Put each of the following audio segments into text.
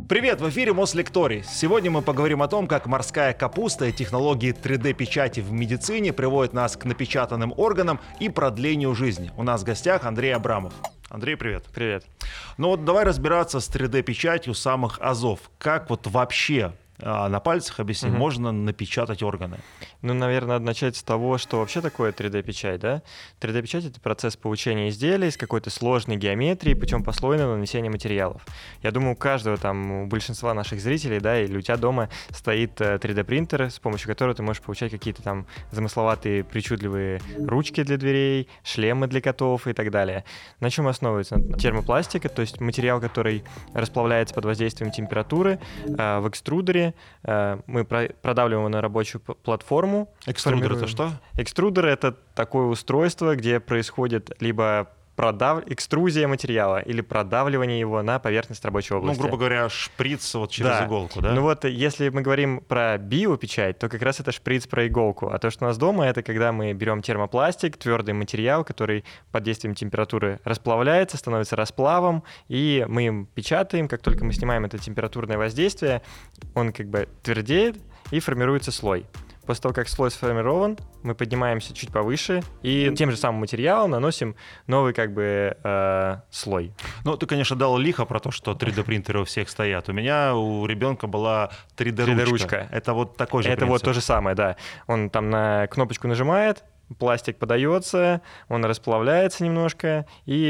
Привет, в эфире Мослекторий. Сегодня мы поговорим о том, как морская капуста и технологии 3D-печати в медицине приводят нас к напечатанным органам и продлению жизни. У нас в гостях Андрей Абрамов. Андрей, привет. Привет. Ну вот давай разбираться с 3D-печатью самых азов. Как вот вообще на пальцах, объясни, можно напечатать органы? Ну, наверное, надо начать с того, что вообще такое 3D-печать, да? 3D-печать — это процесс получения изделий с какой-то сложной геометрией путем послойного нанесения материалов. Я думаю, у каждого там, у большинства наших зрителей, да, или у тебя дома стоит 3D-принтер, с помощью которого ты можешь получать какие-то там замысловатые, причудливые ручки для дверей, шлемы для котов и так далее. На чем основывается? Термопластика, то есть материал, который расплавляется под воздействием температуры в экструдере. Мы продавливаем его на рабочую платформу. Экструдер — это что? Экструдер — это такое устройство, где происходит либо экструзия материала или продавливание его на поверхность рабочей области. Ну, грубо говоря, шприц вот через иголку, да? Ну вот, если мы говорим про биопечать, то как раз это шприц про иголку. А то, что у нас дома, это когда мы берем термопластик, твердый материал, который под действием температуры расплавляется, становится расплавом, и мы им печатаем. Как только мы снимаем это температурное воздействие, он как бы твердеет и формируется слой. После того, как слой сформирован, мы поднимаемся чуть повыше и тем же самым материалом наносим новый как бы слой. Ну, ты, конечно, дал лихо про то, что 3D-принтеры у всех стоят. У меня, у ребенка была 3D-ручка. Это вот такой же принцип. Это вот то же самое, да. Он там на кнопочку нажимает, пластик подается, он расплавляется немножко,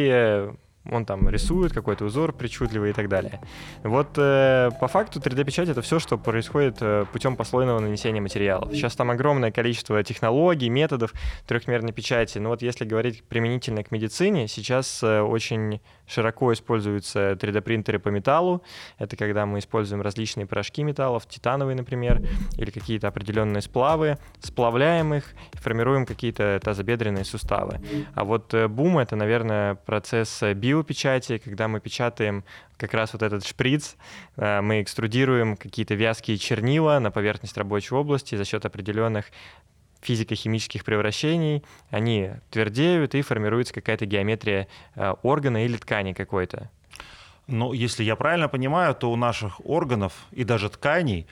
и он там рисует какой-то узор причудливый и так далее. Вот по факту 3D-печать — это все, что происходит путем послойного нанесения материалов. Сейчас там огромное количество технологий, методов трехмерной печати. Но вот если говорить применительно к медицине, сейчас очень широко используются 3D-принтеры по металлу. Это когда мы используем различные порошки металлов, титановые, например, или какие-то определенные сплавы, сплавляем их и формируем какие-то тазобедренные суставы. А вот бум — это, наверное, процесс биопечати, когда мы печатаем как раз вот этот шприц, мы экструдируем какие-то вязкие чернила на поверхность рабочей области за счет определенных физико-химических превращений, они твердеют и формируется какая-то геометрия органа или ткани какой-то. Ну, если я правильно понимаю, то у наших органов и даже тканей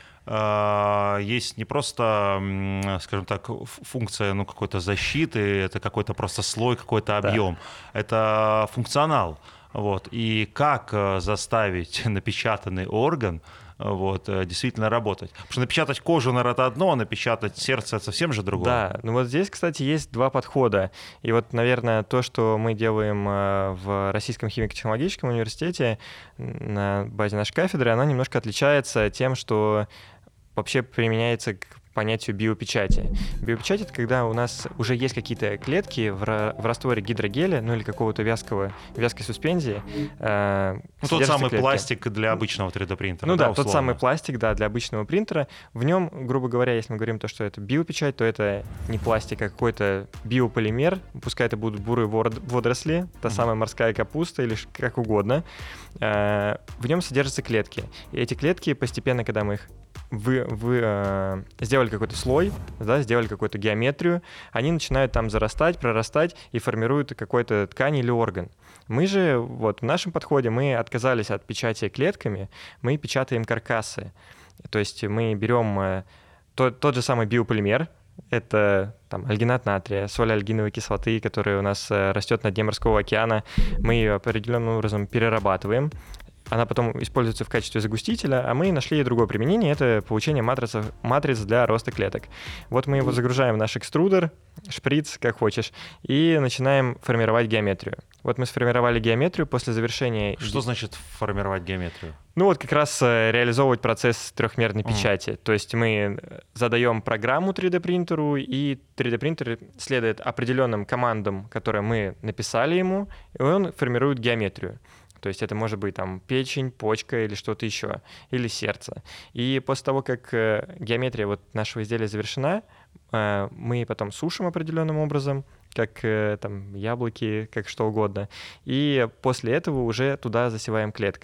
есть не просто, скажем так, функция какой-то защиты, это какой-то просто слой, какой-то объем. Да. Это функционал. Вот. И как заставить напечатанный орган действительно работать. Потому что напечатать кожу, наверное, это одно, а напечатать сердце — это совсем же другое. Да, ну вот здесь, кстати, есть два подхода. И вот, наверное, то, что мы делаем в Российском химико-технологическом университете на базе нашей кафедры, оно немножко отличается тем, что вообще применяется к понятию биопечати. Биопечать — это когда у нас уже есть какие-то клетки в растворе гидрогеля, ну или какого-то вязкой суспензии. Тот самый клетки. Пластик для обычного 3D-принтера. Ну да, тот самый пластик, да, для обычного принтера. В нем, грубо говоря, если мы говорим то, что это биопечать, то это не пластик, а какой-то биополимер. Пускай это будут бурые водоросли, та самая морская капуста или как угодно. В нем содержатся клетки. И эти клетки постепенно, когда мы их сделали какой-то слой, да, сделали какую-то геометрию, они начинают там зарастать, прорастать и формируют какой-то ткань или орган. Мы же, вот в нашем подходе, мы отказались от печати клетками, мы печатаем каркасы. То есть мы берем тот же самый биополимер, это там альгинат натрия, соль альгиновой кислоты, которая у нас растет на дне морского океана, мы ее определенным образом перерабатываем. Она потом используется в качестве загустителя, а мы нашли другое применение — это получение матриц для роста клеток. Вот мы его загружаем в наш экструдер, шприц, как хочешь, и начинаем формировать геометрию. Вот мы сформировали геометрию после завершения... Что значит формировать геометрию? Ну вот как раз реализовывать процесс трехмерной печати. То есть мы задаем программу 3D-принтеру, и 3D-принтер следует определенным командам, которые мы написали ему, и он формирует геометрию. То есть это может быть там печень, почка или что-то еще, или сердце. И после того, как геометрия вот нашего изделия завершена, мы потом сушим определенным образом, как там яблоки, как что угодно. И после этого уже туда засеваем клетками.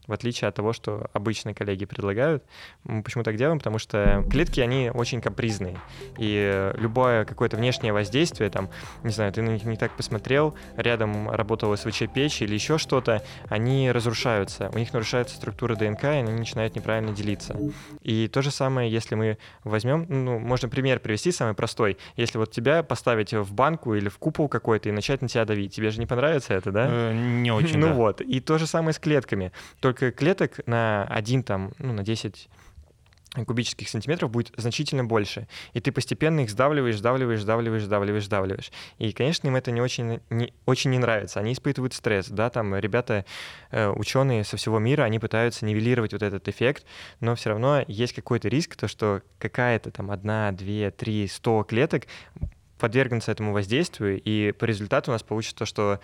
в отличие от того, что обычные коллеги предлагают. Мы почему так делаем? Потому что клетки, они очень капризные. И любое какое-то внешнее воздействие, там, не знаю, ты на них не так посмотрел, рядом работала СВЧ-печь или еще что-то, они разрушаются. У них нарушается структура ДНК, и они начинают неправильно делиться. И то же самое, если мы возьмем, ну, можно пример привести, самый простой. Если вот тебя поставить в банку или в купол какой-то и начать на тебя давить, тебе же не понравится это, да? Не очень, Ну да. вот. И то же самое с клетками. Только клеток на 1, там, ну, на 10 кубических сантиметров будет значительно больше. И ты постепенно их сдавливаешь. И, конечно, им это не очень не нравится. Они испытывают стресс, да, там ребята, ученые со всего мира, они пытаются нивелировать вот этот эффект, но все равно есть какой-то риск, то, что какая-то там 1, 2, 3, 100 клеток подвергнутся этому воздействию, и по результату у нас получится то, что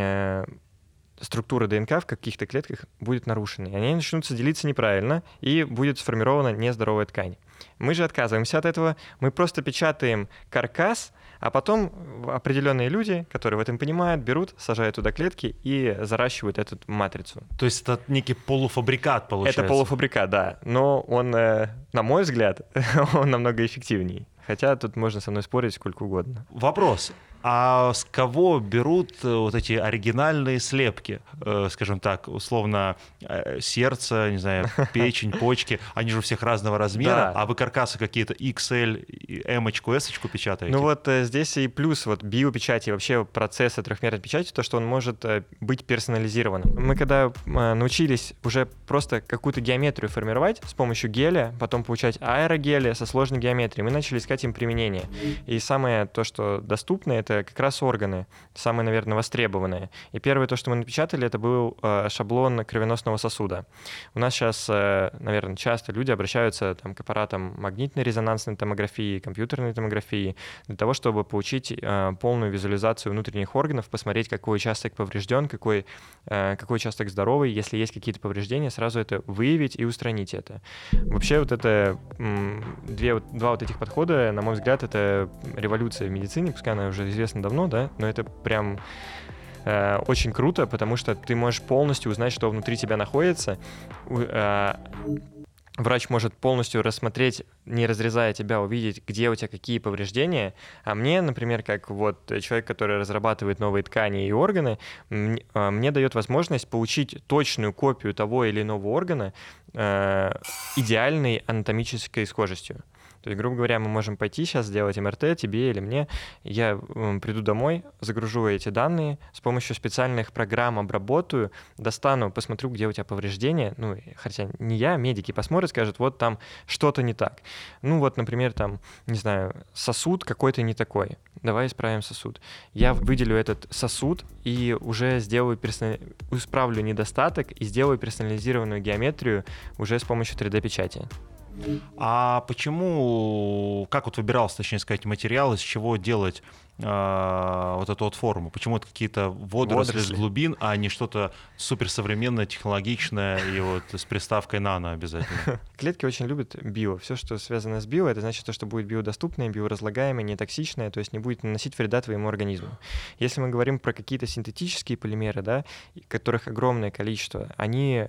структура ДНК в каких-то клетках будет нарушена. И они начнут делиться неправильно, и будет сформирована нездоровая ткань. Мы же отказываемся от этого, мы просто печатаем каркас, а потом определенные люди, которые в этом понимают, берут, сажают туда клетки и заращивают эту матрицу. То есть это некий полуфабрикат получается? Это полуфабрикат, да. Но он, на мой взгляд, он намного эффективнее. Хотя тут можно со мной спорить сколько угодно. Вопрос. А с кого берут вот эти оригинальные слепки? Скажем так, условно, сердце, не знаю, печень, почки. Они же у всех разного размера, Да. а вы каркасы какие-то XL, M-очку, S-очку печатаете? Ну вот здесь и плюс вот биопечати, вообще процесса трехмерной печати, то, что он может быть персонализированным. Мы когда научились уже просто какую-то геометрию формировать с помощью геля, потом получать аэрогели со сложной геометрией, мы начали искать им применение. И самое то, что доступно, это как раз органы, самые, наверное, востребованные. И первое то, что мы напечатали, это был шаблон кровеносного сосуда. У нас сейчас, наверное, часто люди обращаются там, к аппаратам магнитно-резонансной томографии, компьютерной томографии, для того, чтобы получить полную визуализацию внутренних органов, посмотреть, какой участок поврежден, какой участок здоровый. Если есть какие-то повреждения, сразу это выявить и устранить это. Вообще вот это два вот этих подхода, на мой взгляд, это революция в медицине, пускай она уже известна давно, да, но это прям очень круто, потому что ты можешь полностью узнать, что внутри тебя находится. Врач может полностью рассмотреть, не разрезая тебя, увидеть, где у тебя какие повреждения. А мне, например, как вот человек, который разрабатывает новые ткани и органы, мне дает возможность получить точную копию того или иного органа идеальной анатомической схожестью. То есть, грубо говоря, мы можем пойти сейчас сделать МРТ тебе или мне. Я приду домой, загружу эти данные, с помощью специальных программ обработаю, достану, посмотрю, где у тебя повреждения. Ну, хотя не я, медики посмотрят, скажут, вот там что-то не так. Ну, вот, например, там, не знаю, сосуд какой-то не такой. Давай исправим сосуд. Я выделю этот сосуд и уже исправлю недостаток и сделаю персонализированную геометрию уже с помощью 3D-печати. А почему, как вот выбирался, точнее сказать, материал, из чего делать вот эту вот форму? Почему это какие-то водоросли с глубин, а не что-то суперсовременное, технологичное и вот с приставкой нано обязательно? Клетки очень любят био. Все, что связано с био, это значит, что будет биодоступное, биоразлагаемое, нетоксичное, то есть не будет наносить вреда твоему организму. Если мы говорим про какие-то синтетические полимеры, да, которых огромное количество, они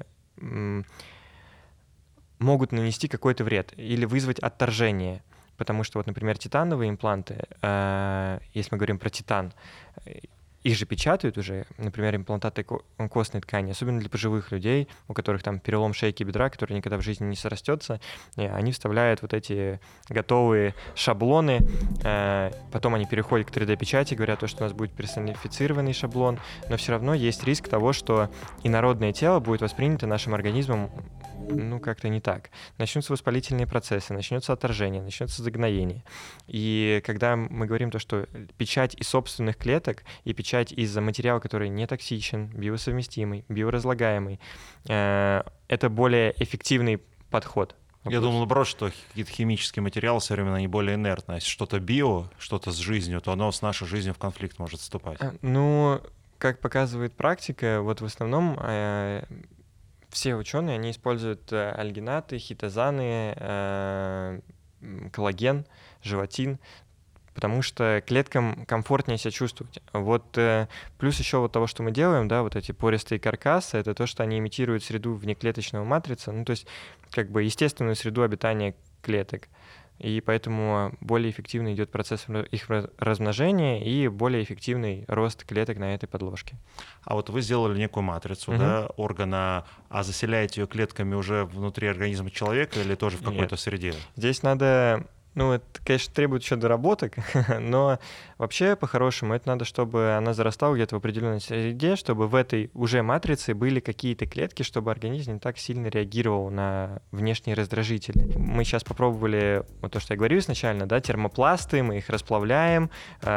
могут нанести какой-то вред или вызвать отторжение. Потому что, вот, например, титановые импланты, если мы говорим про титан, их же печатают уже, например, имплантаты костной ткани, особенно для пожилых людей, у которых там перелом шейки бедра, который никогда в жизни не срастется, они вставляют вот эти готовые шаблоны, потом они переходят к 3D-печати, говорят, что у нас будет персонифицированный шаблон, но все равно есть риск того, что инородное тело будет воспринято нашим организмом ну, как-то не так. Начнутся воспалительные процессы, начнется отторжение, начнется загноение. И когда мы говорим то, что печать из собственных клеток и печать из материала, который не токсичен, биосовместимый, биоразлагаемый, это более эффективный подход. Я думал, наоборот, что какие-то химические материалы современно они более инертны. Если что-то био, что-то с жизнью, то оно с нашей жизнью в конфликт может вступать. Ну, как показывает практика, вот в основном все ученые, они используют альгинаты, хитозаны, коллаген, желатин, потому что клеткам комфортнее себя чувствовать. Вот плюс еще вот того, что мы делаем, да, вот эти пористые каркасы, это то, что они имитируют среду внеклеточного матрицы, ну, то есть как бы естественную среду обитания клеток. И поэтому более эффективно идет процесс их размножения и более эффективный рост клеток на этой подложке. А вот вы сделали некую матрицу, да, органа, а заселяете ее клетками уже внутри организма человека или тоже в какой-то среде? Здесь надо... Ну, это, конечно, требует еще доработок, но вообще, по-хорошему, это надо, чтобы она зарастала где-то в определенной среде, чтобы в этой уже матрице были какие-то клетки, чтобы организм не так сильно реагировал на внешние раздражители. Мы сейчас попробовали, вот то, что я говорил изначально, да, термопласты, мы их расплавляем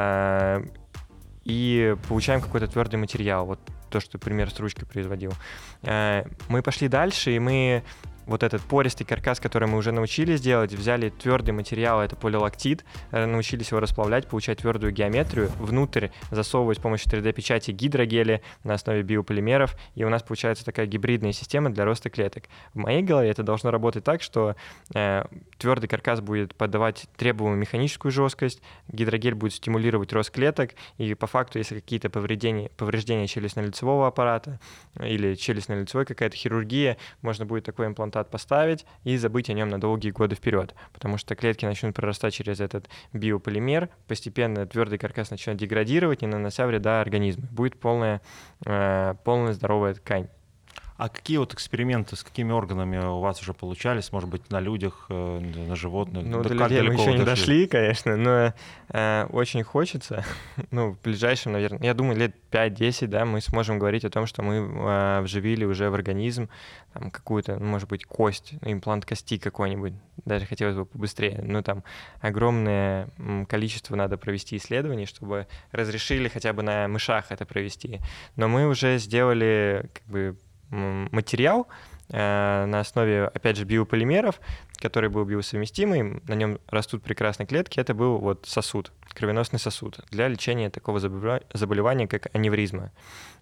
и получаем какой-то твердый материал. Вот то, что пример с ручкой производил. Мы пошли дальше, и мы... Вот этот пористый каркас, который мы уже научились делать, взяли твердый материал, это полилактит, научились его расплавлять, получать твердую геометрию, внутрь засовывать с помощью 3D-печати гидрогели на основе биополимеров, и у нас получается такая гибридная система для роста клеток. В моей голове это должно работать так, что твердый каркас будет подавать требуемую механическую жесткость, гидрогель будет стимулировать рост клеток, и по факту, если какие-то повреждения челюстно-лицевого аппарата или челюстно-лицевой какая-то хирургия, можно будет такой имплантат поставить и забыть о нем на долгие годы вперед, потому что клетки начнут прорастать через этот биополимер, постепенно твердый каркас начнет деградировать, не нанося вреда организму. Будет полная здоровая ткань. А какие вот эксперименты с какими органами у вас уже получались? Может быть, на людях, на животных? Ну, до людей мы еще не дошли, конечно, но очень хочется. Ну, в ближайшем, наверное, я думаю, лет 5-10, да, мы сможем говорить о том, что мы вживили уже в организм там, какую-то, может быть, кость, имплант кости какой-нибудь. Даже хотелось бы побыстрее. Но там огромное количество надо провести исследований, чтобы разрешили хотя бы на мышах это провести. Но мы уже сделали как бы материал на основе, опять же, биополимеров, который был биосовместимый, на нем растут прекрасные клетки. Это был вот сосуд, кровеносный сосуд для лечения такого заболевания, как аневризма.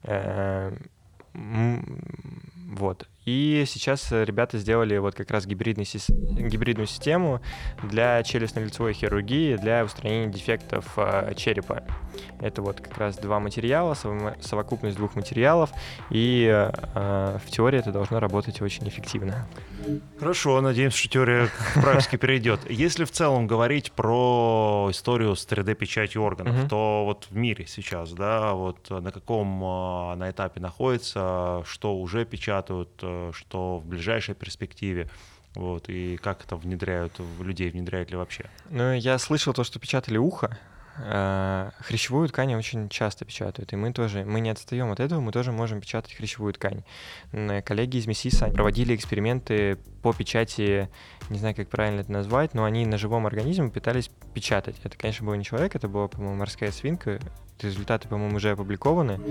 Вот. И сейчас ребята сделали вот как раз гибридную систему для челюстно-лицевой хирургии, для устранения дефектов черепа. Это вот как раз два материала, совокупность двух материалов, и в теории это должно работать очень эффективно. Хорошо, надеемся, что теория к практике перейдет. Если в целом говорить про историю с 3D-печатью органов, то вот в мире сейчас, да, вот на каком на этапе находится, что уже печатают, что в ближайшей перспективе, вот, и как это внедряют в людей, внедряют ли вообще? Ну, я слышал то, что печатали ухо. Хрящевую ткань очень часто печатают, и мы не отстаем от этого, мы тоже можем печатать хрящевую ткань. Коллеги из МИСИСа проводили эксперименты по печати, не знаю, как правильно это назвать, но они на живом организме пытались печатать. Это, конечно, был не человек, это была, по-моему, морская свинка. Результаты, по-моему, уже опубликованы.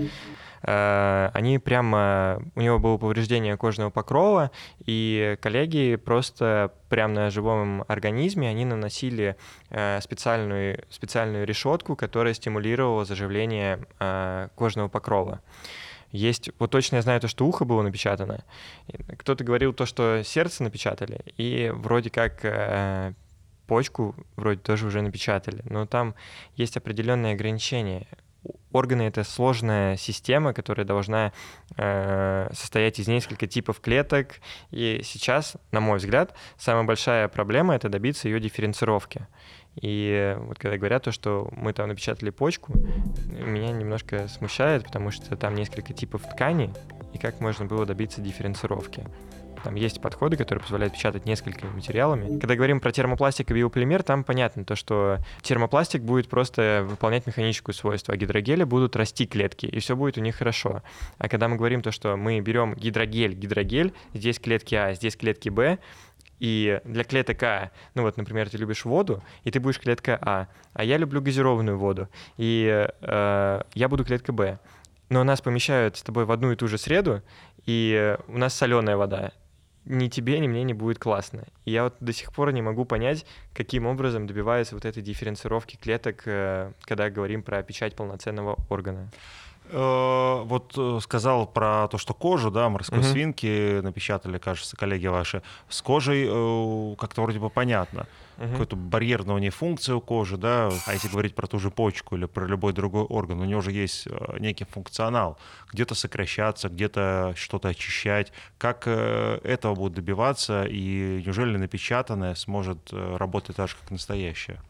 Они прямо... У него было повреждение кожного покрова, и коллеги просто прямо на живом организме они наносили специальную решетку, которая стимулировала заживление кожного покрова. Есть, вот точно я знаю то, что ухо было напечатано. Кто-то говорил то, что сердце напечатали, и вроде как почку вроде тоже уже напечатали, но там есть определенные ограничения. Органы — это сложная система, которая должна состоять из нескольких типов клеток, и сейчас, на мой взгляд, самая большая проблема — это добиться ее дифференцировки. И вот когда говорят то, что мы там напечатали почку, меня немножко смущает, потому что там несколько типов тканей, и как можно было добиться дифференцировки. Там есть подходы, которые позволяют печатать несколькими материалами. Когда говорим про термопластик и биополимер, там понятно то, что термопластик будет просто выполнять механическое свойство, а гидрогели будут расти клетки, и все будет у них хорошо. А когда мы говорим то, что мы берем гидрогель, здесь клетки А, здесь клетки Б, и для клеток А, ну вот, например, ты любишь воду, и ты будешь клетка а я люблю газированную воду, и я буду клетка Б. Но нас помещают с тобой в одну и ту же среду, и у нас соленая вода. Ни тебе, ни мне не будет классно. И я вот до сих пор не могу понять, каким образом добиваются вот этой дифференцировки клеток, когда говорим про печать полноценного органа. Сказал про то, что кожу, да, морской свинки напечатали, кажется, коллеги ваши. С кожей как-то вроде бы понятно. Какую-то барьерную у нее функцию у кожи, да, а если говорить про ту же почку или про любой другой орган, у него же есть некий функционал. Где-то сокращаться, где-то что-то очищать. Как этого будут добиваться, и неужели напечатанное сможет работать так же, как настоящее?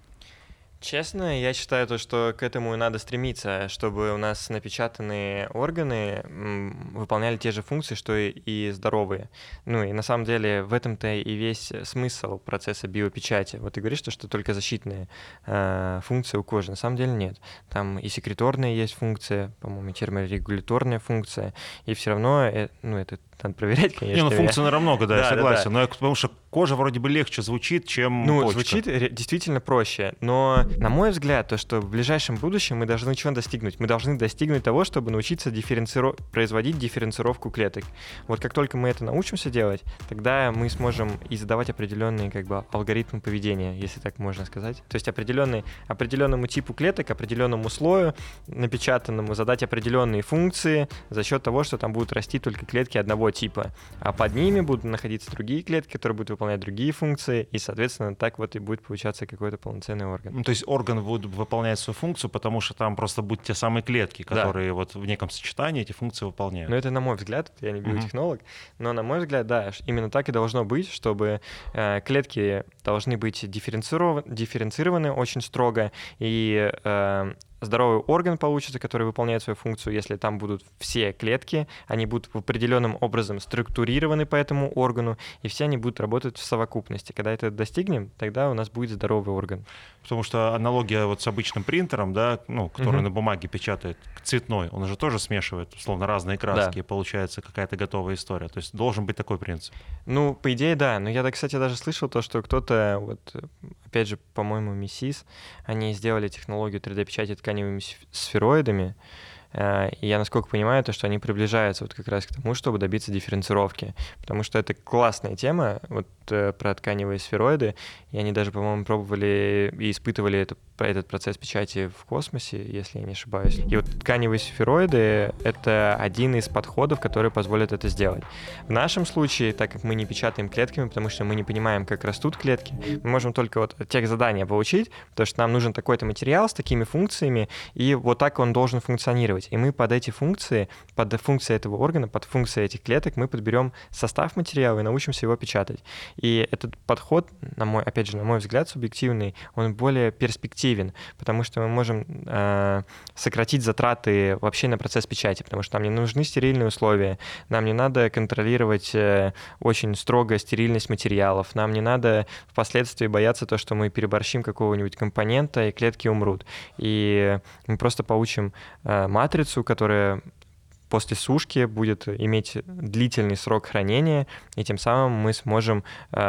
Честно, я считаю, что к этому и надо стремиться, чтобы у нас напечатанные органы выполняли те же функции, что и здоровые. Ну и на самом деле в этом-то и весь смысл процесса биопечати. Вот ты говоришь, что только защитные функции у кожи. На самом деле нет. Там и секреторная есть функция, по-моему, и терморегуляторная функция, и все равно, это надо проверять, конечно. Функций, наверное, много, да, я согласен. Да. Но потому что кожа вроде бы легче звучит, чем почка. Звучит действительно проще. Но, на мой взгляд, то, что в ближайшем будущем мы должны чего достигнуть? Мы должны достигнуть того, чтобы научиться производить дифференцировку клеток. Вот как только мы это научимся делать, тогда мы сможем и задавать определенные алгоритмы поведения, если так можно сказать. То есть определенному типу клеток, определенному слою напечатанному задать определенные функции за счет того, что там будут расти только клетки одного типа, а под ними будут находиться другие клетки, которые будут выполнять другие функции, и, соответственно, так вот и будет получаться какой-то полноценный орган. То есть орган будет выполнять свою функцию, потому что там просто будут те самые клетки, которые вот в неком сочетании эти функции выполняют. Это на мой взгляд, я не биотехнолог, но на мой взгляд, да, именно так и должно быть, чтобы клетки должны быть дифференцированы очень строго, и здоровый орган получится, который выполняет свою функцию, если там будут все клетки, они будут определенным образом структурированы по этому органу, и все они будут работать в совокупности. Когда это достигнем, тогда у нас будет здоровый орган. Потому что аналогия вот с обычным принтером, да, который на бумаге печатает, цветной, он же тоже смешивает, условно, разные краски, и получается какая-то готовая история. То есть должен быть такой принцип. По идее, да. Но я, кстати, даже слышал то, что кто-то, опять же, по-моему, МИСИС, они сделали технологию 3D-печати тканевыми сфероидами, и я, насколько понимаю, то, что они приближаются как раз к тому, чтобы добиться дифференцировки, потому что это классная тема, про тканевые сфероиды, и они даже, по-моему, пробовали и испытывали этот процесс печати в космосе, если я не ошибаюсь. И тканевые сфероиды — это один из подходов, который позволит это сделать. В нашем случае, так как мы не печатаем клетками, потому что мы не понимаем, как растут клетки, мы можем только тех задания получить, потому что нам нужен такой-то материал с такими функциями, и вот так он должен функционировать. И мы под эти функции, под функции этого органа, под функции этих клеток мы подберем состав материала и научимся его печатать. И этот подход, на мой взгляд, субъективный, он более перспективен, потому что мы можем сократить затраты вообще на процесс печати, потому что нам не нужны стерильные условия, нам не надо контролировать очень строго стерильность материалов, нам не надо впоследствии бояться того, что мы переборщим какого-нибудь компонента, и клетки умрут. И мы просто получим матрицу, которая после сушки будет иметь длительный срок хранения, и тем самым мы сможем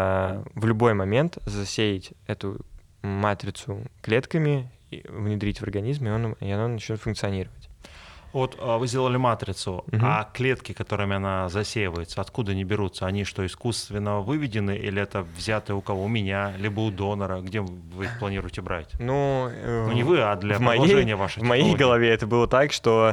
в любой момент засеять эту матрицу клетками, внедрить в организм, и она начнет функционировать. Вы сделали матрицу, а клетки, которыми она засеивается, откуда они берутся? Они что, искусственно выведены, или это взятые у кого? У меня, либо у донора? Где вы их планируете брать? Не вы, а для продолжения вашей технологии. В моей голове это было так, что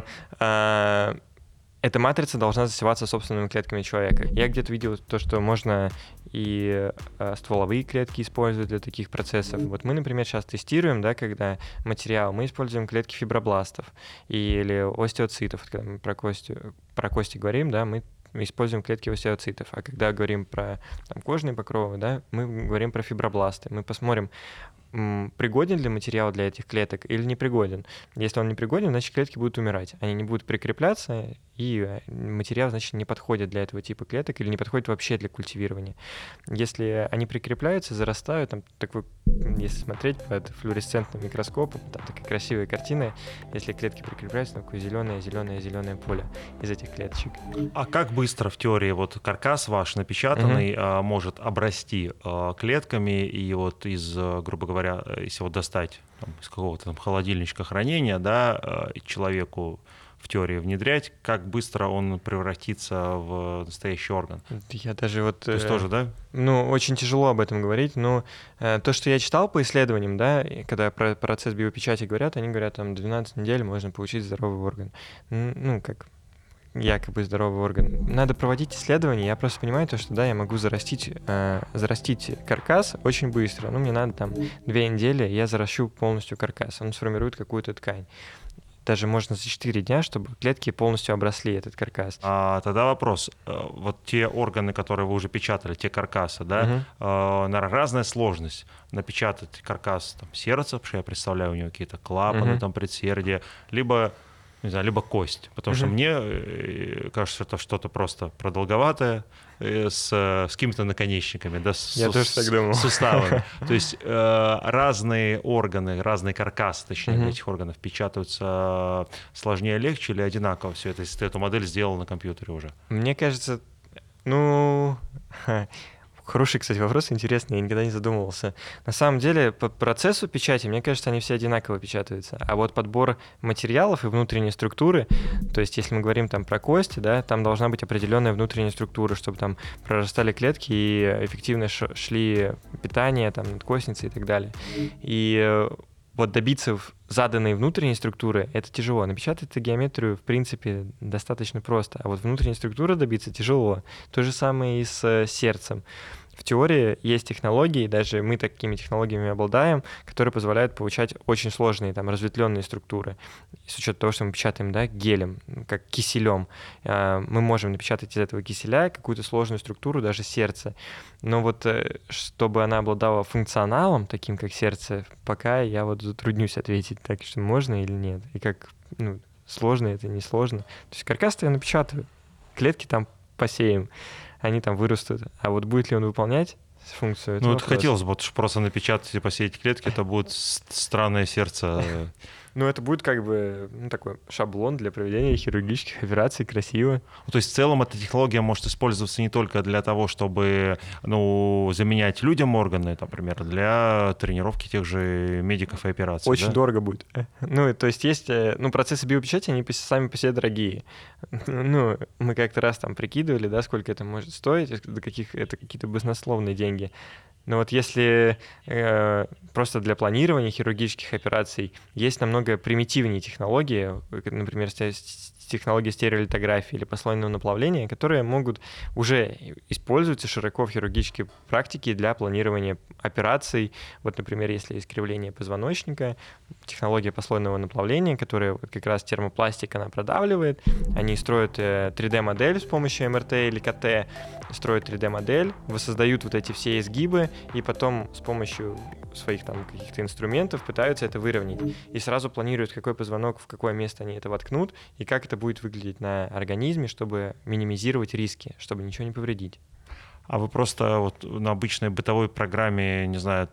эта матрица должна засеваться собственными клетками человека. Я где-то видел то, что можно и стволовые клетки использовать для таких процессов. Мы, например, сейчас тестируем, когда материал, мы используем клетки фибробластов или остеоцитов. Когда мы про кости говорим, мы используем клетки остеоцитов. А когда говорим про кожные покровы, мы говорим про фибробласты. Мы посмотрим, пригоден ли материал для этих клеток или не пригоден. Если он не пригоден, значит, клетки будут умирать. Они не будут прикрепляться, и материал, значит, не подходит для этого типа клеток или не подходит вообще для культивирования. Если они прикрепляются, зарастают, если смотреть под флуоресцентным микроскопом, там такая красивая картина, если клетки прикрепляются, такое зеленое поле из этих клеточек. А как быстро в теории каркас ваш напечатанный может обрасти клетками, и из, грубо говоря, если достать из какого-то холодильничка хранения, человеку в теории внедрять, как быстро он превратится в настоящий орган? Я даже вот... То есть тоже, да? Ну, очень тяжело об этом говорить, но то, что я читал по исследованиям, да, и когда про процесс биопечати говорят, они говорят, там, 12 недель можно получить здоровый орган. Ну, как якобы здоровый орган. Надо проводить исследования, я просто понимаю то, что, да, я могу зарастить каркас очень быстро, ну, мне надо там 2 недели, я заращу полностью каркас, он сформирует какую-то ткань. Даже можно за 4 дня, чтобы клетки полностью обросли этот каркас. Тогда вопрос. Вот те органы, которые вы уже печатали, те каркасы, да, наверное, разная сложность. Напечатать каркас там, сердца, потому что я представляю, у него какие-то клапаны, там, предсердия, либо, не знаю, либо кость. Потому что мне кажется, это что-то просто продолговатое, с какими-то наконечниками, да, Я тоже так думал. с суставами. То есть разные органы, разные каркасы, точнее, для этих органов печатаются сложнее, легче или одинаково все это, если ты эту модель сделал на компьютере уже? Мне кажется, ну... Хороший, кстати, вопрос, интересный, я никогда не задумывался. На самом деле, по процессу печати, мне кажется, они все одинаково печатаются. А вот подбор материалов и внутренней структуры, то есть если мы говорим там про кости, да, там должна быть определенная внутренняя структура, чтобы там прорастали клетки и эффективно шли питание, там, надкостницы и так далее. И вот добиться заданной внутренней структуры — это тяжело. Напечатать эту геометрию, в принципе, достаточно просто. А вот внутренней структуры добиться тяжело. То же самое и с сердцем. В теории есть технологии, даже мы такими технологиями обладаем, которые позволяют получать очень сложные, там, разветвленные структуры. И с учетом того, что мы печатаем, да, гелем, как киселем, мы можем напечатать из этого киселя какую-то сложную структуру, даже сердце. Но вот чтобы она обладала функционалом, таким как сердце, пока я вот затруднюсь ответить, так что можно или нет. И как, ну, сложно это, не сложно. То есть каркас-то я напечатаю, клетки там посеем, они там вырастут. А вот будет ли он выполнять функцию? Ну, это хотелось бы, просто напечатать и посеять клетки, это будет странное сердце. Ну, это будет как бы такой шаблон для проведения хирургических операций, красиво. То есть в целом эта технология может использоваться не только для того, чтобы, ну, заменять людям органы, например, для тренировки тех же медиков и операций. Очень дорого будет. Ну, то есть есть, ну, процессы биопечати, они сами по себе дорогие. Ну, мы как-то раз там прикидывали, да, сколько это может стоить, до каких это какие-то баснословные деньги. Но вот если просто для планирования хирургических операций есть намного примитивнее технологии, например, технологии стереолитографии или послойного наплавления, которые могут уже использоваться широко в хирургической практике для планирования операций. Вот, например, если искривление позвоночника, технология послойного наплавления, которая вот как раз термопластик, она продавливает, они строят 3D-модель с помощью МРТ или КТ, строят 3D-модель, воссоздают вот эти все изгибы и потом с помощью своих там каких-то инструментов пытаются это выровнять. И сразу планируют, какой позвонок, в какое место они это воткнут, и как это будет выглядеть на организме, чтобы минимизировать риски, чтобы ничего не повредить. А вы просто вот на обычной бытовой программе, не знаю,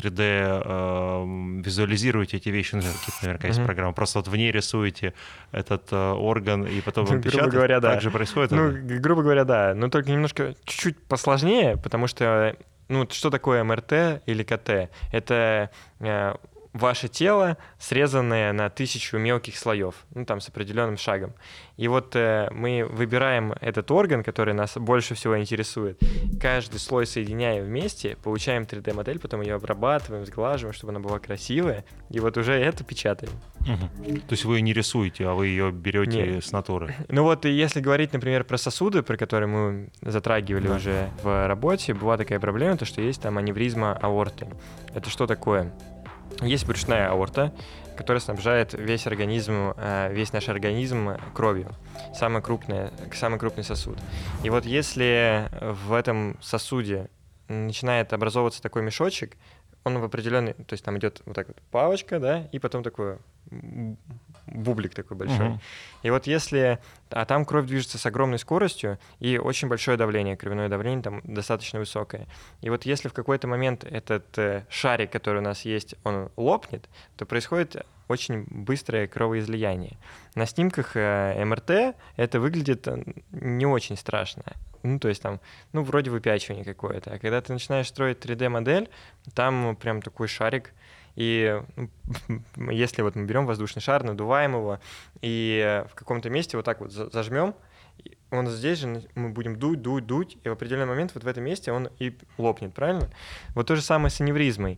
3D визуализируете эти вещи, ну, какие-то наверняка есть программы, просто вот в ней рисуете этот орган и потом он печатаете? Грубо говоря, да. Так же происходит? Ну, грубо говоря, да, но только немножко чуть-чуть посложнее, потому что, ну, что такое МРТ или КТ? Это ваше тело, срезанное на 1000 мелких слоев, ну, там, с определенным шагом. И вот мы выбираем этот орган, который нас больше всего интересует, каждый слой соединяя вместе, получаем 3D-модель, потом ее обрабатываем, сглаживаем, чтобы она была красивая, и вот уже это печатаем. То есть вы не рисуете, а вы ее берете с натуры? Ну вот, и если говорить, например, про сосуды, про которые мы затрагивали уже в работе, была такая проблема, то что есть там аневризма аорты. Это что такое? Есть брюшная аорта, которая снабжает весь наш организм кровью. Самый крупный сосуд. И вот если в этом сосуде начинает образовываться такой мешочек, он в определенный, то есть там идет вот так вот палочка, да, и потом такой бублик такой большой. И вот если... А там кровь движется с огромной скоростью и очень большое давление, кровяное давление там достаточно высокое. И вот если в какой-то момент этот шарик, который у нас есть, он лопнет, то происходит очень быстрое кровоизлияние. На снимках МРТ это выглядит не очень страшно. Ну, то есть там, ну, вроде выпячивание какое-то. А когда ты начинаешь строить 3D-модель, там прям такой шарик. И если вот мы берем воздушный шар, надуваем его, и в каком-то месте вот так вот зажмем, он здесь же, мы будем дуть, и в определенный момент вот в этом месте он и лопнет, правильно? Вот то же самое с аневризмой.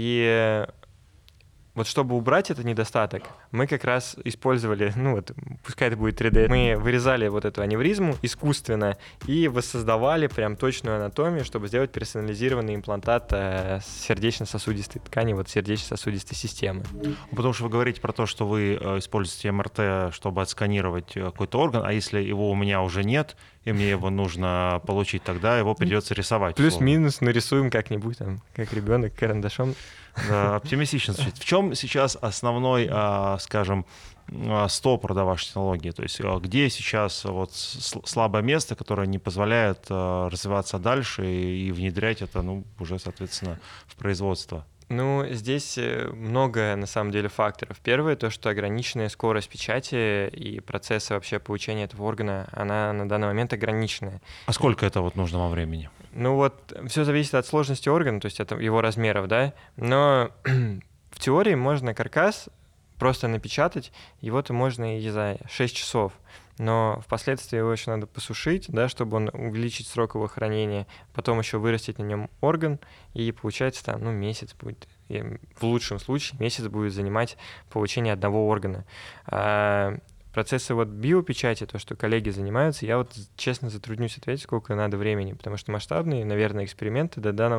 И вот чтобы убрать этот недостаток, мы как раз использовали, ну вот, пускай это будет 3D, мы вырезали вот эту аневризму искусственно и воссоздавали прям точную анатомию, чтобы сделать персонализированный имплантат сердечно-сосудистой ткани, вот сердечно-сосудистой системы. Потому что вы говорите про то, что вы используете МРТ, чтобы отсканировать какой-то орган, а если его у меня уже нет, и мне его нужно получить, тогда его придется рисовать. Плюс-минус нарисуем как-нибудь, там, как ребенок карандашом. Да, оптимистично звучит. В чем сейчас основной, скажем, стопор вашей технологии? То есть где сейчас вот слабое место, которое не позволяет развиваться дальше и внедрять это, ну, уже, соответственно, в производство? Ну, здесь много, на самом деле, факторов. Первое, то, что ограниченная скорость печати и процесса вообще получения этого органа, она на данный момент ограниченная. А сколько это вот нужно во времени? Ну вот, все зависит от сложности органа, то есть от его размеров, да, но в теории можно каркас просто напечатать, его-то можно и за 6 часов, но впоследствии его еще надо посушить, да, чтобы он увеличить срок его хранения, потом еще вырастить на нем орган, и получается там, ну, месяц будет, и в лучшем случае месяц будет занимать получение одного органа. Процессы вот биопечати, то, что коллеги занимаются, я вот честно затруднюсь ответить, сколько надо времени, потому что масштабные, наверное, эксперименты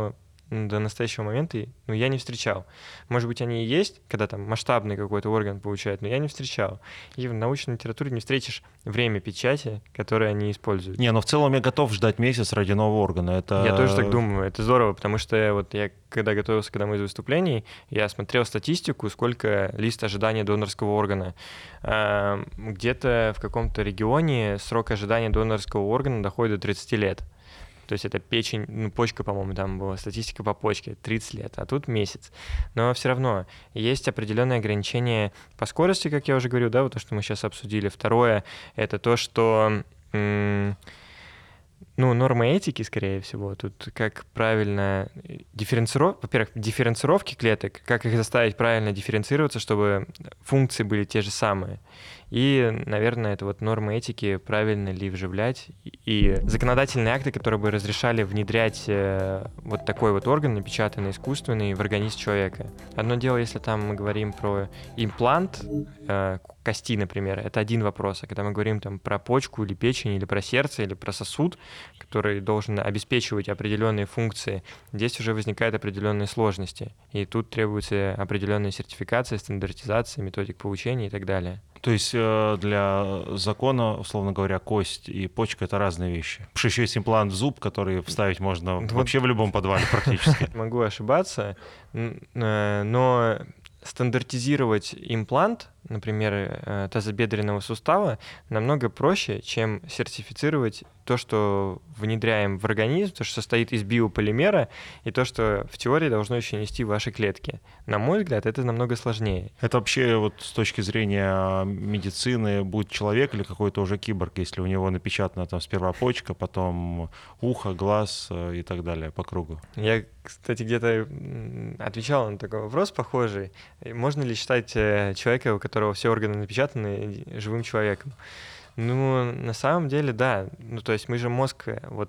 до настоящего момента я не встречал. Может быть, они и есть, когда там масштабный какой-то орган получают, но я не встречал. И в научной литературе не встретишь время печати, которое они используют. Не, но в целом я готов ждать месяц ради нового органа. Это... Я тоже так думаю, это здорово, потому что вот я, когда готовился к одному из выступлений, я смотрел статистику, сколько лист ожидания донорского органа. Где-то в каком-то регионе срок ожидания донорского органа доходит до 30 лет. То есть это печень, ну, почка, по-моему, там была статистика по почке, 30 лет, а тут месяц. Но все равно есть определенные ограничения по скорости, как я уже говорил, да, вот то, что мы сейчас обсудили. Второе — это то, что нормы этики, скорее всего, тут как правильно во-первых, дифференцировки клеток, как их заставить правильно дифференцироваться, чтобы функции были те же самые. И, наверное, это вот нормы этики, правильно ли вживлять, и законодательные акты, которые бы разрешали внедрять вот такой вот орган, напечатанный искусственный, в организм человека. Одно дело, если там мы говорим про имплант кости, например, это один вопрос. А когда мы говорим там про почку или печень, или про сердце, или про сосуд, который должен обеспечивать определенные функции, здесь уже возникают определенные сложности. И тут требуется определенная сертификация, стандартизация, методик получения и так далее. То есть для закона, условно говоря, кость и почка — это разные вещи. Потому что еще есть имплант в зуб, который вставить можно вообще в любом подвале практически. Могу ошибаться, но стандартизировать имплант, например, тазобедренного сустава, намного проще, чем сертифицировать то, что внедряем в организм, то, что состоит из биополимера, и то, что в теории должно еще нести ваши клетки. На мой взгляд, это намного сложнее. Это вообще вот с точки зрения медицины будет человек или какой-то уже киборг, если у него напечатана там сперва почка, потом ухо, глаз и так далее по кругу? Я, кстати, где-то отвечал на такой вопрос похожий. Можно ли считать человека, у которого все органы напечатаны, живым человеком? Ну, на самом деле, да. Ну, то есть мы же мозг,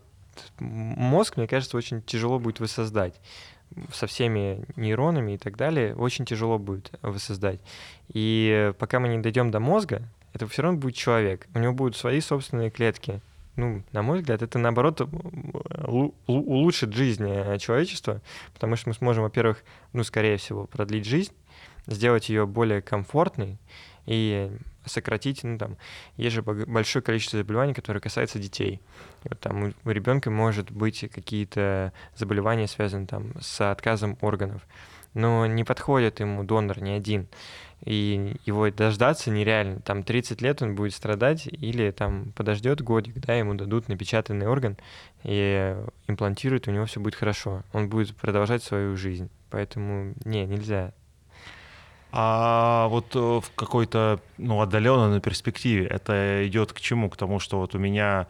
мне кажется, очень тяжело будет воссоздать. Со всеми нейронами и так далее очень тяжело будет воссоздать. И пока мы не дойдем до мозга, это все равно будет человек. У него будут свои собственные клетки. Ну, на мой взгляд, это, наоборот, улучшит жизнь человечества, потому что мы сможем, во-первых, скорее всего, продлить жизнь, сделать ее более комфортной и сократить, есть же большое количество заболеваний, которые касаются детей. И вот там у ребенка может быть какие-то заболевания, связанные там с отказом органов, но не подходит ему донор ни один, и его дождаться нереально. Там 30 лет он будет страдать, или там подождет годик, да, ему дадут напечатанный орган и имплантируют, у него все будет хорошо. Он будет продолжать свою жизнь. Поэтому нельзя. А вот в какой-то отдаленной перспективе это идет к чему? К тому, что вот у меня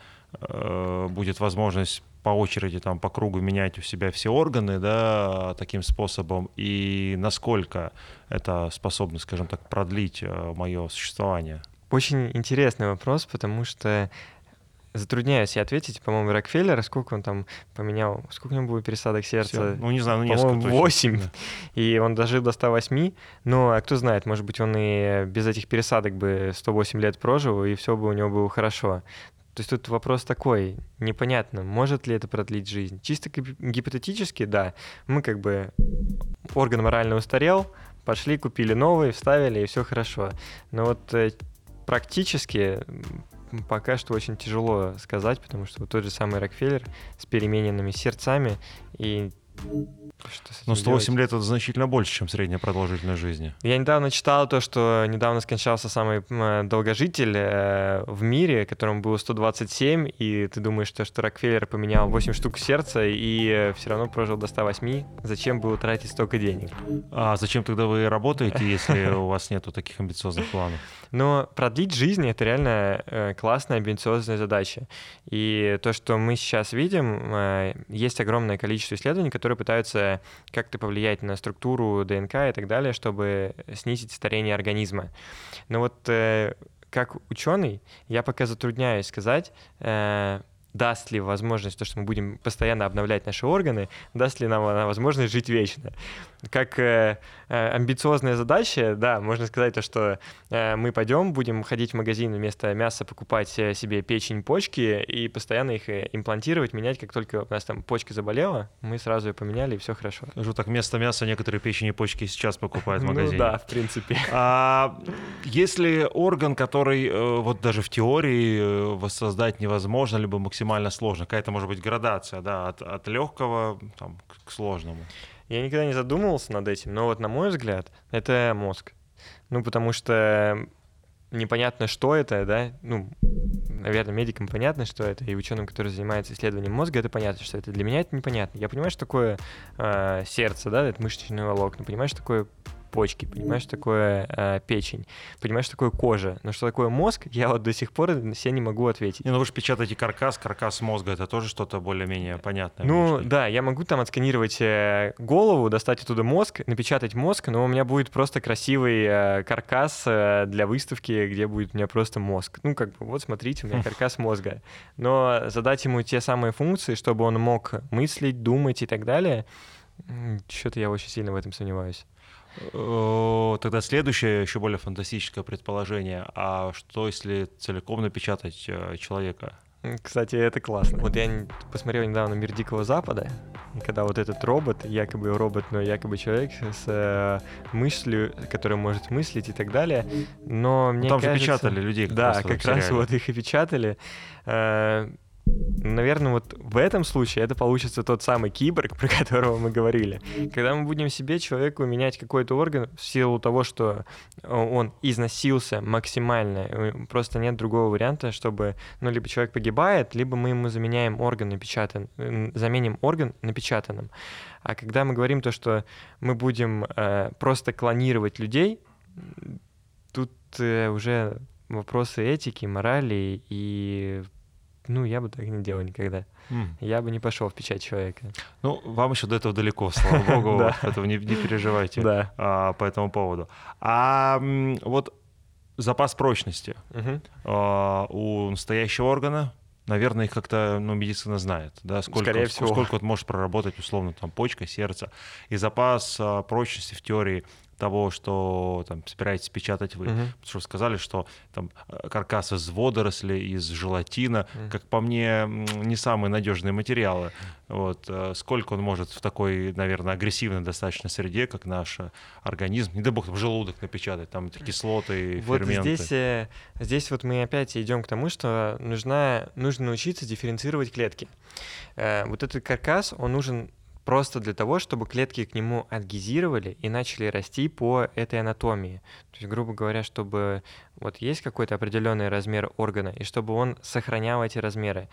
будет возможность по очереди там по кругу менять у себя все органы, да, таким способом, и насколько это способно, скажем так, продлить мое существование? Очень интересный вопрос, потому что затрудняюсь я ответить. По-моему, Рокфеллер, сколько он там поменял, сколько у него было пересадок сердца? Ну, не знаю, несколько по-моему, точно. 8, Да. и он дожил до 108. Ну, а кто знает, может быть, он и без этих пересадок бы 108 лет прожил, и все бы у него было хорошо. То есть тут вопрос такой, непонятно, может ли это продлить жизнь. Чисто гипотетически, да, мы как бы, орган морально устарел, пошли, купили новый, вставили, и все хорошо. Но вот практически пока что очень тяжело сказать, потому что вот тот же самый Рокфеллер с перемененными сердцами, и что с этим Но 108 делать? лет — это значительно больше, чем средняя продолжительность жизни. Я недавно читал то, что недавно скончался самый долгожитель в мире, которому было 127, и ты думаешь, что Рокфеллер поменял 8 штук сердца и все равно прожил до 108. Зачем было тратить столько денег? А зачем тогда вы работаете, если у вас нету таких амбициозных планов? Но продлить жизнь — это реально классная, амбициозная задача. И то, что мы сейчас видим, есть огромное количество исследований, которые пытаются как-то повлиять на структуру ДНК и так далее, чтобы снизить старение организма. Но вот как ученый я пока затрудняюсь сказать, даст ли возможность, то, что мы будем постоянно обновлять наши органы, даст ли нам она возможность жить вечно. Как амбициозная задача, да, можно сказать то, что мы пойдем, будем ходить в магазин вместо мяса, покупать себе печень, почки и постоянно их имплантировать, менять, как только у нас там почка заболела, мы сразу ее поменяли, и все хорошо. Скажу так, вместо мяса некоторые печени и почки сейчас покупают в Ну магазине. да, в принципе. А если орган, который вот даже в теории воссоздать невозможно, либо максимально сложно, какая-то может быть градация, да, от легкого там, к сложному? Я никогда не задумывался над этим, но вот на мой взгляд, это мозг. Ну, потому что непонятно, что это, да, ну, наверное, медикам понятно, что это, и ученым, которые занимаются исследованием мозга, это понятно, что это. Для меня это непонятно. Я понимаю, что такое сердце, да, это мышечные волокна, понимаю, что такое почки, понимаешь, что такое печень, понимаешь, что такое кожа. Но что такое мозг, я вот до сих пор себе не могу ответить. Не, ну вы же печатаете каркас мозга, это тоже что-то более-менее понятное. Ну внешне. да, я могу там отсканировать голову, достать оттуда мозг, напечатать мозг, но у меня будет просто красивый каркас для выставки, где будет у меня просто мозг. Ну как бы вот смотрите, у меня каркас мозга. Но задать ему те самые функции, чтобы он мог мыслить, думать и так далее, что-то я очень сильно в этом сомневаюсь. Тогда следующее, еще более фантастическое предположение. А что, если целиком напечатать человека? Кстати, это классно. Вот я посмотрел недавно «Мир Дикого Запада», когда вот этот робот, якобы робот, но якобы человек с мыслью, который может мыслить и так далее. Но мне там кажется... же печатали людей как да, раз в этом как раз сериале. вот их и печатали. Наверное, вот в этом случае это получится тот самый киборг, про которого мы говорили. Когда мы будем себе, человеку, менять какой-то орган в силу того, что он износился максимально, просто нет другого варианта, чтобы, ну, либо человек погибает, либо мы ему заменяем заменим орган напечатанным. А когда мы говорим то, что мы будем просто клонировать людей, тут уже вопросы этики, морали и... Ну, я бы так не делал никогда. Я бы не пошел в печать человека. Ну, вам еще до этого далеко, слава богу, Да. поэтому не переживайте Да. по этому поводу. А вот запас прочности у настоящего органа, наверное, их как-то медицина знает, да, Скорее всего. сколько вот может проработать условно там почка, сердце, и запас прочности в теории того, что там собираетесь печатать вы. Потому что сказали, что там каркас из водорослей, из желатина, как по мне, не самые надежные материалы. Вот. Сколько он может в такой, наверное, агрессивной достаточно среде, как наш организм, не дай бог, там желудок напечатать, там эти кислоты, вот ферменты. Здесь вот мы опять идем к тому, что нужно научиться дифференцировать клетки. Вот этот каркас, он нужен просто для того, чтобы клетки к нему адгезировали и начали расти по этой анатомии. То есть, грубо говоря, чтобы вот есть какой-то определенный размер органа, и чтобы он сохранял эти размеры.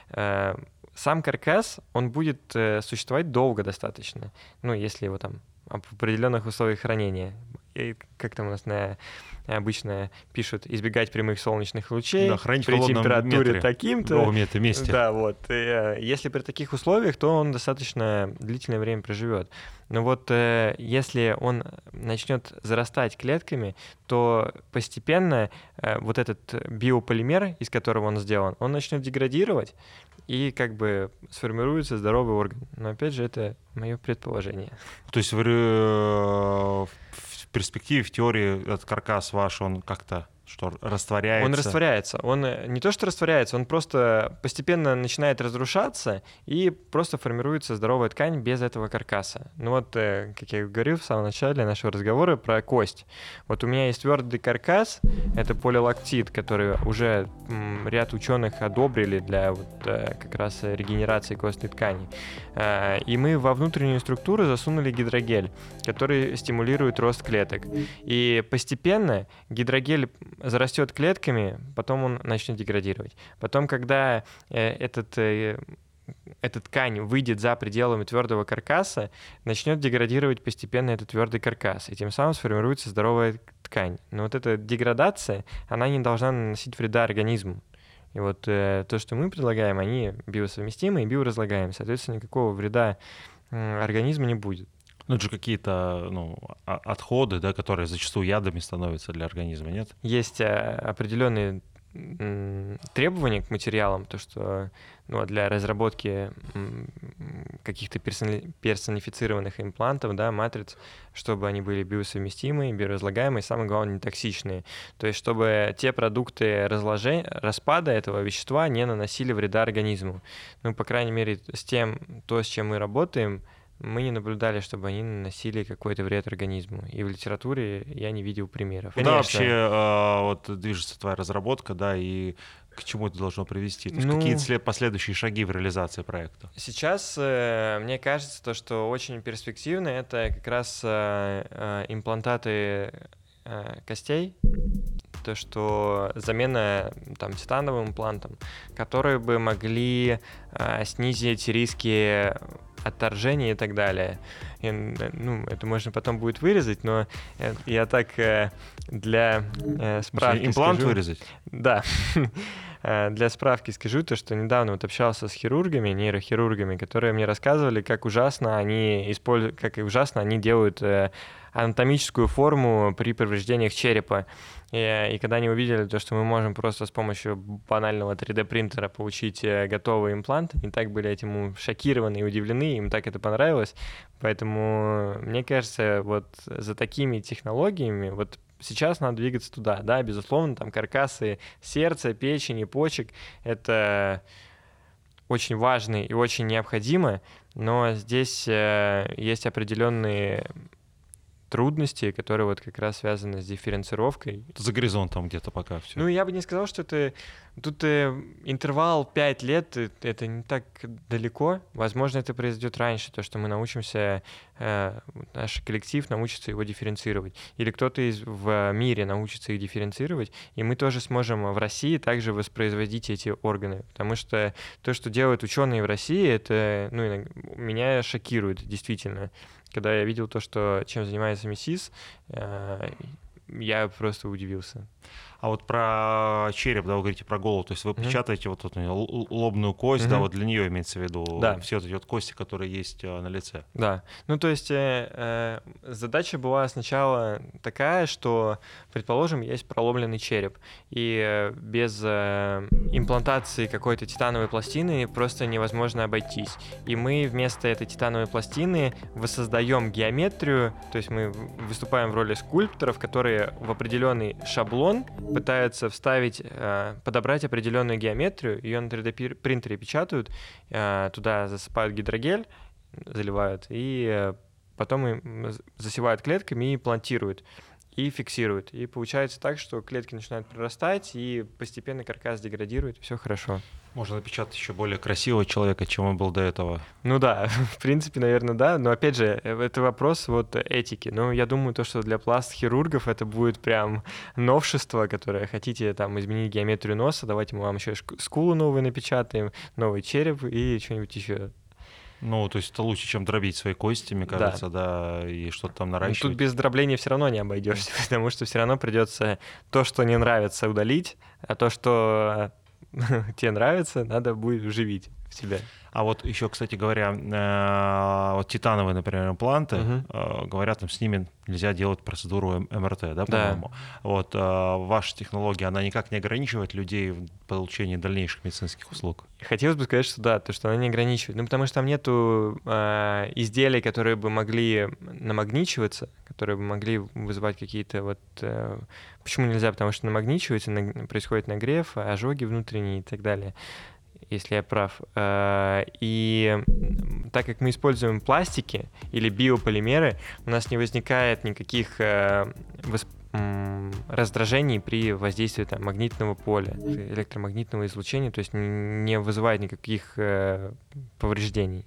Сам каркас, он будет существовать долго достаточно, ну, если его там в определенных условиях хранения. И как там у нас обычно пишут, избегать прямых солнечных лучей, да, хранить при в холодном температуре метре, таким-то. месте. Да, вот. И, если при таких условиях, то он достаточно длительное время проживет. Но вот если он начнет зарастать клетками, то постепенно вот этот биополимер, из которого он сделан, он начнет деградировать, и как бы сформируется здоровый орган. Но опять же, это мое предположение. То есть в перспективе, в теории, этот каркас ваш, он как-то растворяется? Он растворяется. Он не то, что растворяется, он просто постепенно начинает разрушаться, и просто формируется здоровая ткань без этого каркаса. Ну вот, как я говорил в самом начале нашего разговора про кость. Вот у меня есть твердый каркас, это полилактид, который уже ряд ученых одобрили для вот, как раз регенерации костной ткани. И мы во внутреннюю структуру засунули гидрогель, который стимулирует рост клеток. И постепенно гидрогель зарастет клетками, потом он начнет деградировать. Потом, когда эта ткань выйдет за пределами твердого каркаса, начнет деградировать постепенно этот твердый каркас, и тем самым сформируется здоровая ткань. Но вот эта деградация, она не должна наносить вреда организму. И вот то, что мы предлагаем, они биосовместимы и биоразлагаемы. Соответственно, никакого вреда организму не будет. Ну, это же какие-то отходы, да, которые зачастую ядами становятся для организма, нет? Есть определенные требования к материалам, то что для разработки каких-то персонифицированных имплантов, да, матриц, чтобы они были биосовместимые, биоразлагаемые, самое главное, не токсичные. То есть чтобы те продукты распада этого вещества не наносили вреда организму. Ну, по крайней мере, с чем мы работаем, мы не наблюдали, чтобы они наносили какой-то вред организму. И в литературе я не видел примеров. Куда вообще вот движется твоя разработка, да, и к чему это должно привести? То есть какие последующие шаги в реализации проекта? Сейчас мне кажется, то, что очень перспективно, это как раз имплантаты костей, то, что замена титановым имплантом, которые бы могли снизить риски отторжения и так далее. И, это можно потом будет вырезать, но я так для справки имплант скажу, вырезать? Да. Для справки скажу то, что недавно общался с хирургами, нейрохирургами, которые мне рассказывали, как ужасно они делают анатомическую форму при повреждениях черепа. И когда они увидели то, что мы можем просто с помощью банального 3D-принтера получить готовый имплант, они так были этим шокированы и удивлены, им так это понравилось. Поэтому, мне кажется, вот за такими технологиями, вот сейчас надо двигаться туда. Да, безусловно, там каркасы сердца, печени, почек — это очень важно и очень необходимо, но здесь есть определенные трудности, которые вот как раз связаны с дифференцировкой. За горизонтом где-то пока все. Ну, я бы не сказал, что это... Тут интервал 5 лет, это не так далеко. Возможно, это произойдет раньше, то, что мы научимся, наш коллектив научится его дифференцировать. Или кто-то в мире научится их дифференцировать, и мы тоже сможем в России также воспроизводить эти органы. Потому что то, что делают ученые в России, это меня шокирует, действительно. Когда я видел то, чем занимается МИСИС, я просто удивился. А вот про череп, да, вы говорите про голову, то есть вы печатаете вот эту лобную кость, да, вот для нее имеется в виду, да, все вот эти вот кости, которые есть на лице. Да, то есть задача была сначала такая, что, предположим, есть проломленный череп, и без имплантации какой-то титановой пластины просто невозможно обойтись. И мы вместо этой титановой пластины воссоздаем геометрию, то есть мы выступаем в роли скульпторов, которые в определенный шаблон пытаются подобрать определенную геометрию, ее на 3D-принтере печатают, туда засыпают гидрогель, заливают, и потом им засевают клетками и плантируют, и фиксируют. И получается так, что клетки начинают прорастать, и постепенно каркас деградирует, и все хорошо. Можно напечатать еще более красивого человека, чем он был до этого. Ну да, в принципе, наверное, да. Но опять же, это вопрос этики. Но я думаю, что для пласт-хирургов это будет прям новшество, которое хотите изменить геометрию носа, давайте мы вам еще скулу новую напечатаем, новый череп и что-нибудь еще. Ну, то есть это лучше, чем дробить свои кости, мне кажется, да, и что-то там наращивать. Тут без дробления все равно не обойдешься, потому что все равно придется то, что не нравится, удалить, а то, что тебе нравится, надо будет вживить в себя. А вот еще, кстати говоря, вот титановые, например, импланты, говорят, там с ними нельзя делать процедуру МРТ, да, по-моему? Да. Вот ваша технология, она никак не ограничивает людей в получении дальнейших медицинских услуг? Хотелось бы сказать, что да, то, что она не ограничивает. Ну, потому что там нету изделий, которые бы могли намагничиваться, которые бы могли вызывать какие-то вот... Почему нельзя? Потому что намагничивается, происходит нагрев, ожоги внутренние и так далее, если я прав. И так как мы используем пластики или биополимеры, у нас не возникает никаких раздражений при воздействии там, магнитного поля, электромагнитного излучения, то есть не вызывает никаких повреждений.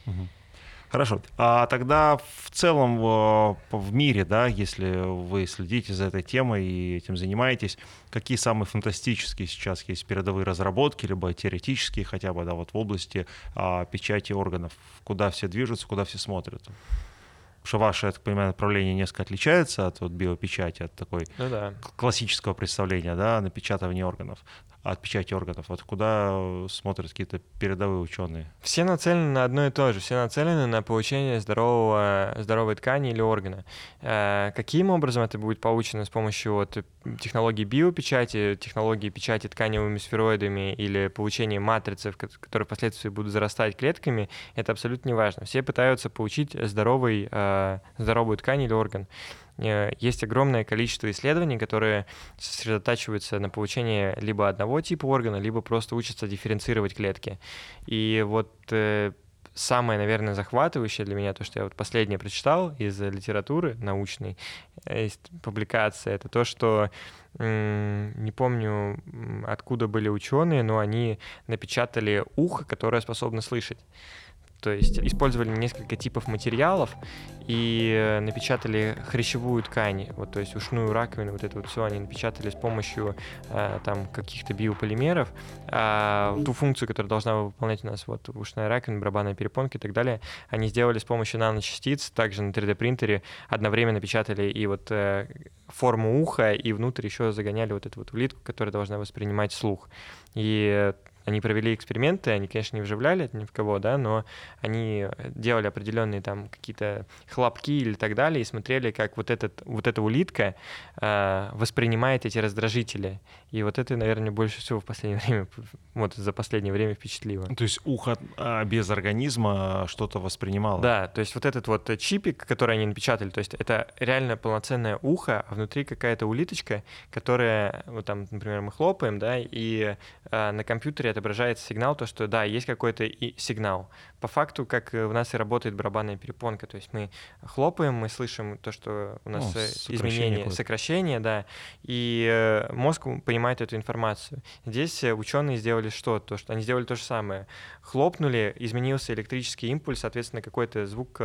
Хорошо. А тогда в целом в мире, да, если вы следите за этой темой и этим занимаетесь, какие самые фантастические сейчас есть передовые разработки, либо теоретические хотя бы, да, вот в области печати органов, куда все движутся, куда все смотрят? Потому что ваше, я так понимаю, направление несколько отличается от вот биопечати, от такой классического представления, да, напечатывания органов, от печати органов. Вот куда смотрят какие-то передовые ученые? Все нацелены на одно и то же. Все нацелены на получение здоровой ткани или органа. Каким образом это будет получено с помощью вот технологии биопечати, технологии печати тканевыми сфероидами или получения матрицы, которые впоследствии будут зарастать клетками, это абсолютно не важно. Все пытаются получить здоровую ткань или орган. Есть огромное количество исследований, которые сосредотачиваются на получении либо одного типа органа, либо просто учатся дифференцировать клетки. И вот самое, наверное, захватывающее для меня, то, что я вот последнее прочитал из литературы научной, из публикации, это то, что не помню, откуда были ученые, но они напечатали ухо, которое способно слышать. То есть использовали несколько типов материалов и напечатали хрящевую ткань, вот, то есть ушную раковину, вот это вот все они напечатали с помощью там каких-то биополимеров. Ту функцию, которую должна выполнять у нас вот ушная раковина, барабанная перепонка и так далее, они сделали с помощью наночастиц, также на 3D-принтере одновременно печатали и вот форму уха, и внутрь еще загоняли вот эту вот улитку, которая должна воспринимать слух. И они провели эксперименты, они, конечно, не вживляли это ни в кого, да, но они делали определенные там какие-то хлопки или так далее и смотрели, как вот эта улитка воспринимает эти раздражители. И вот это, наверное, больше всего в последнее время, вот за последнее время впечатлило. То есть ухо без организма что-то воспринимало? Да, то есть вот этот вот чипик, который они напечатали, то есть это реально полноценное ухо, а внутри какая-то улиточка, которая, вот там, например, мы хлопаем, да, и на компьютере отображается сигнал, то, что да, есть какой-то сигнал. По факту, как у нас и работает барабанная перепонка, то есть мы хлопаем, мы слышим то, что у нас изменение, сокращение, да, и мозг понимает эту информацию. Здесь ученые сделали что? То, что они сделали то же самое. Хлопнули, изменился электрический импульс, соответственно, какой-то звук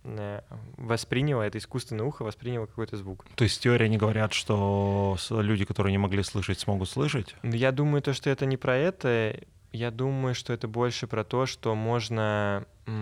восприняло, это искусственное ухо восприняло какой-то звук. То есть в теории они говорят, что люди, которые не могли слышать, смогут слышать? Я думаю, то, что это не про это. Я думаю, что это больше про то, что можно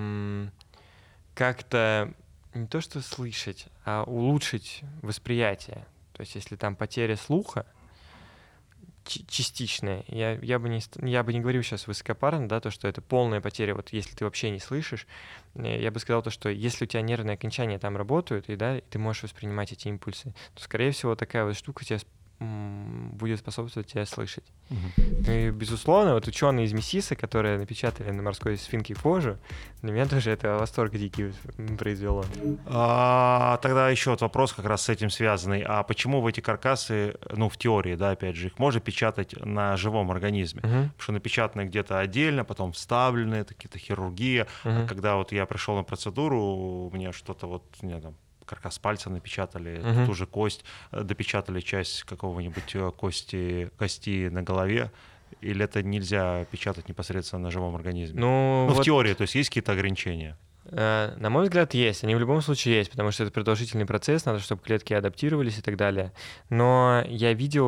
как-то не то что слышать, а улучшить восприятие. То есть если там потеря слуха частичная, я бы не говорил сейчас высокопарно, да, то, что это полная потеря, вот если ты вообще не слышишь, я бы сказал то, что если у тебя нервные окончания там работают, и ты можешь воспринимать эти импульсы, то, скорее всего, такая вот штука тебе будет способствовать тебя слышать. И, безусловно, вот ученые из МИСИСа, которые напечатали на морской свинке кожу, для меня тоже это восторг дикий произвело. Тогда еще вот вопрос как раз с этим связанный. А почему в эти каркасы, ну, в теории, да, опять же, их можно печатать на живом организме? Потому что напечатаны где-то отдельно, потом вставлены, какие-то хирургии. А когда вот я пришел на процедуру, мне что-то вот, не там, каркас пальца напечатали, ту же кость, допечатали часть какого-нибудь кости на голове, или это нельзя печатать непосредственно на живом организме? Ну вот в теории, то есть есть какие-то ограничения? На мой взгляд, есть. Они в любом случае есть, потому что это продолжительный процесс, надо, чтобы клетки адаптировались и так далее. Но я видел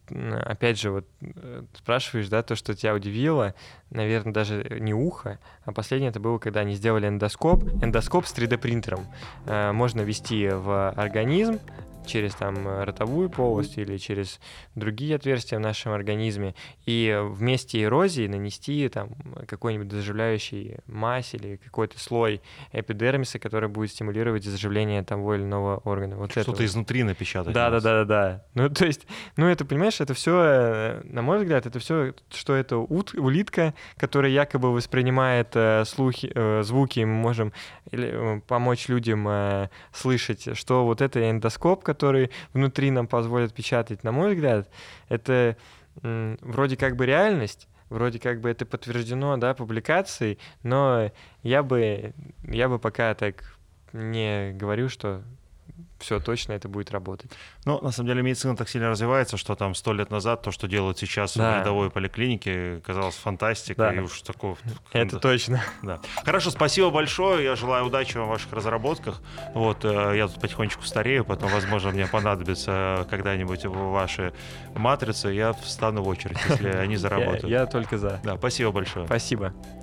опять же, вот спрашиваешь, да, то, что тебя удивило, наверное, даже не ухо, а последнее это было, когда они сделали эндоскоп с 3D-принтером. Можно ввести в организм через там ротовую полость или через другие отверстия в нашем организме, и в месте эрозии нанести там какой-нибудь заживляющий мазь или какой-то слой эпидермиса, который будет стимулировать заживление того или иного органа. Вот что-то это изнутри напечатать. Да. Ну, то есть, ну, это, понимаешь, это все, на мой взгляд, это все, что это улитка, которая якобы воспринимает звуки, мы можем помочь людям слышать, что вот это эндоскоп, который внутри нам позволит печатать, на мой взгляд, это вроде как бы реальность, вроде как бы это подтверждено, да, публикацией, но я бы пока так не говорю, что все точно это будет работать. Ну, на самом деле, медицина так сильно развивается, что там 100 лет назад то, что делают сейчас в рядовой поликлинике, казалось фантастикой, и уж такого... Это точно. Да. Хорошо, спасибо большое, я желаю удачи вам в ваших разработках. Вот, я тут потихонечку старею, потом, возможно, мне понадобится когда-нибудь ваши матрицы, я встану в очередь, если они заработают. Я только за. Да, спасибо большое. Спасибо.